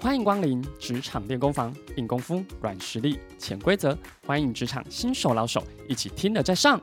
欢迎光临职场练功房，硬功夫、软实力、潜规则，欢迎职场新手老手一起听了再上。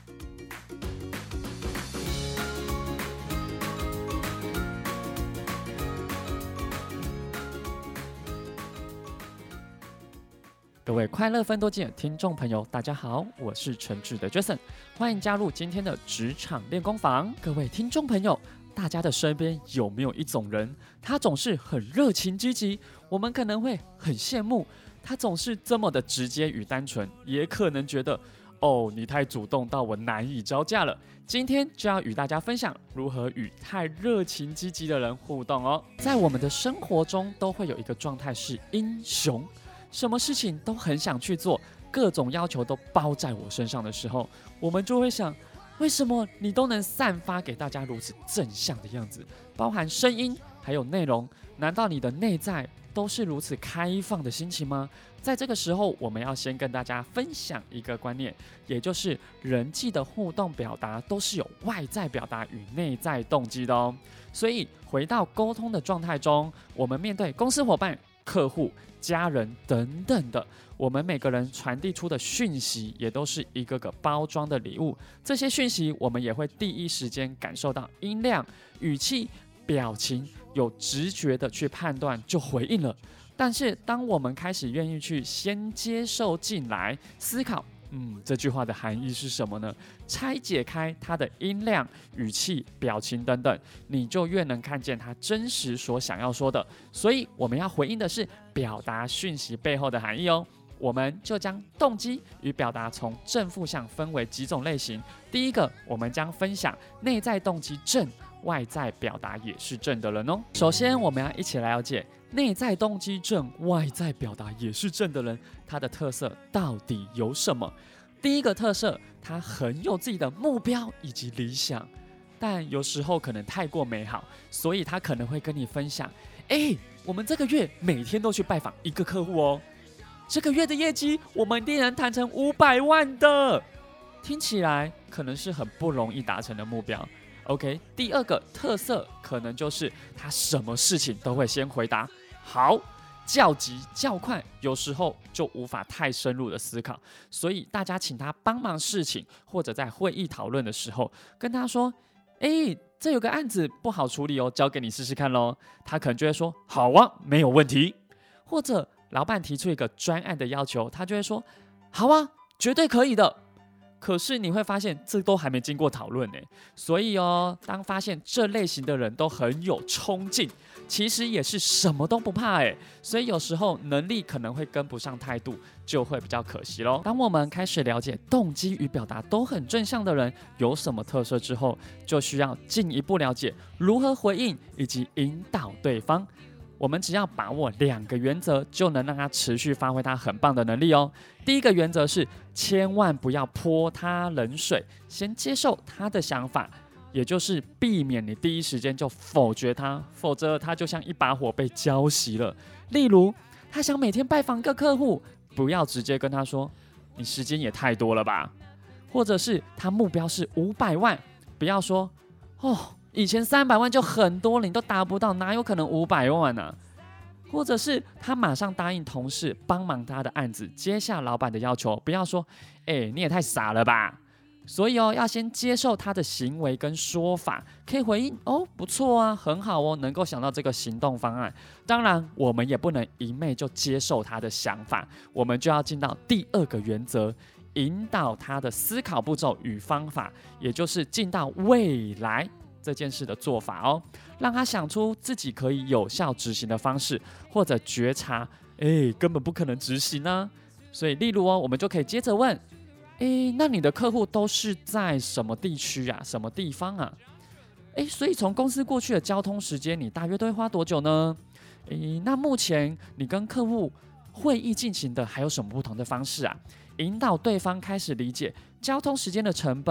各位快乐分多金的听众朋友，大家好，我是诚挚的 Jason， 欢迎加入今天的职场练功房。各位听众朋友，大家的身边有没有一种人，他总是很热情积极，我们可能会很羡慕，他总是这么的直接与单纯，也可能觉得哦，你太主动到我难以招架了。今天就要与大家分享如何与太热情积极的人互动哦。在我们的生活中，都会有一个状态是英雄，什么事情都很想去做，各种要求都包在我身上的时候，我们就会想，为什么你都能散发给大家如此正向的样子，包含声音还有内容，难道你的内在都是如此开放的心情吗？在这个时候，我们要先跟大家分享一个观念，也就是人际的互动表达都是有外在表达与内在动机的哦。所以回到沟通的状态中，我们面对公司伙伴、客户、家人等等的，我们每个人传递出的讯息也都是一个个包装的礼物。这些讯息我们也会第一时间感受到音量、语气、表情，有直觉的去判断就回应了。但是当我们开始愿意去先接受进来，思考这句话的含义是什么呢？拆解开它的音量、语气、表情等等，你就越能看见它真实所想要说的。所以我们要回应的是表达讯息背后的含义哦。我们就将动机与表达从正负向分为几种类型。第一个，我们将分享内在动机正，外在表达也是正的人哦。首先，我们要一起来了解内在动机正，外在表达也是正的人，他的特色到底有什么？第一个特色，他很有自己的目标以及理想，但有时候可能太过美好，所以他可能会跟你分享：我们这个月每天都去拜访一个客户哦，这个月的业绩我们一定能谈成500万的。听起来可能是很不容易达成的目标。OK， 第二个特色可能就是他什么事情都会先回答好，较急较快，有时候就无法太深入的思考，所以大家请他帮忙事情，或者在会议讨论的时候跟他说，这有个案子不好处理哦，交给你试试看咯。他可能就会说好啊，没有问题。或者老板提出一个专案的要求，他就会说好啊，绝对可以的。可是你会发现，这都还没经过讨论呢。所以当发现这类型的人都很有冲劲，其实也是什么都不怕哎。所以有时候能力可能会跟不上态度，就会比较可惜咯。当我们开始了解动机与表达都很正向的人有什么特色之后，就需要进一步了解如何回应以及引导对方。我们只要把握2个原则，就能让他持续发挥他很棒的能力哦。第一个原则是，千万不要泼他冷水，先接受他的想法，也就是避免你第一时间就否决他，否则他就像一把火被浇熄了。例如，他想每天拜访一个客户，不要直接跟他说，你时间也太多了吧。或者是他目标是500万，不要说以前300万就很多了，你都达不到，哪有可能500万啊？或者是他马上答应同事帮忙他的案子，接下老板的要求，不要说你也太傻了吧。所以要先接受他的行为跟说法，可以回应不错啊，很好哦，能够想到这个行动方案。当然我们也不能一昧就接受他的想法，我们就要进到第2个原则，引导他的思考步骤与方法，也就是进到未来这件事的做法哦，让他想出自己可以有效执行的方式，或者觉察根本不可能执行啊。所以例如我们就可以接着问，那你的客户都是在什么地区啊，什么地方啊？所以从公司过去的交通时间，你大约都会花多久呢？那目前你跟客户会议进行的还有什么不同的方式啊？引导对方开始理解交通时间的成本，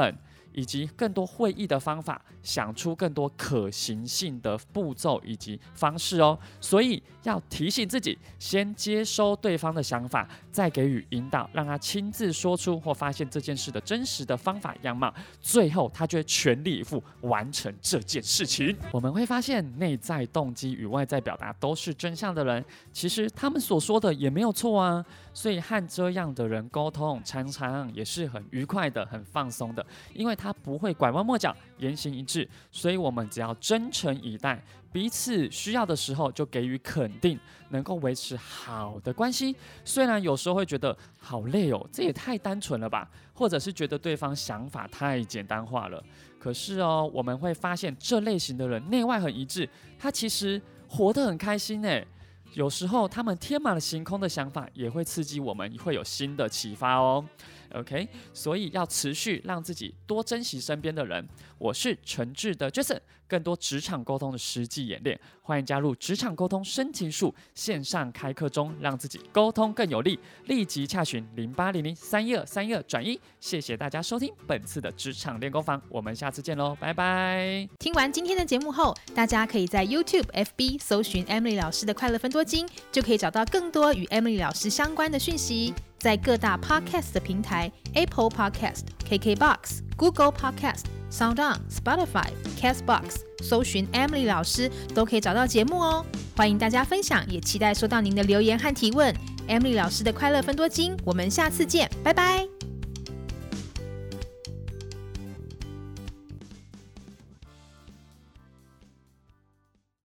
以及更多会议的方法，想出更多可行性的步骤以及方式哦。所以要提醒自己，先接收对方的想法，再给予引导，让他亲自说出或发现这件事的真实的方法样貌，最后他就会全力以赴完成这件事情。我们会发现，内在动机与外在表达都是真相的人，其实他们所说的也没有错啊。所以和这样的人沟通，常常也是很愉快的、很放松的，因为他不会拐弯抹角，言行一致。所以我们只要真诚以待，彼此需要的时候就给予肯定，能够维持好的关系。虽然有时候会觉得好累哦，这也太单纯了吧，或者是觉得对方想法太简单化了。可是哦，我们会发现这类型的人内外很一致，他其实活得很开心耶。有时候他们天马行空的想法也会刺激我们，会有新的启发哦。OK， 所以要持续让自己多珍惜身边的人。我是诚挚的 Jason， 更多职场沟通的实际演练，欢迎加入职场沟通升级术线上开课中，让自己沟通更有力。立即洽询0800312312转1。谢谢大家收听本次的职场练功房，我们下次见喽，拜拜。 听完今天的节目后，大家可以在 YouTube、FB 搜寻 Emily 老师的快乐分多金，就可以找到更多与 Emily 老师相关的讯息。在各大 Podcast 的平台 Apple Podcast、KKBox、Google Podcast、SoundOn、Spotify、Castbox 搜寻 Emily 老师都可以找到节目哦。欢迎大家分享，也期待收到您的留言和提问。Emily 老师的快乐分多金，我们下次见，拜拜。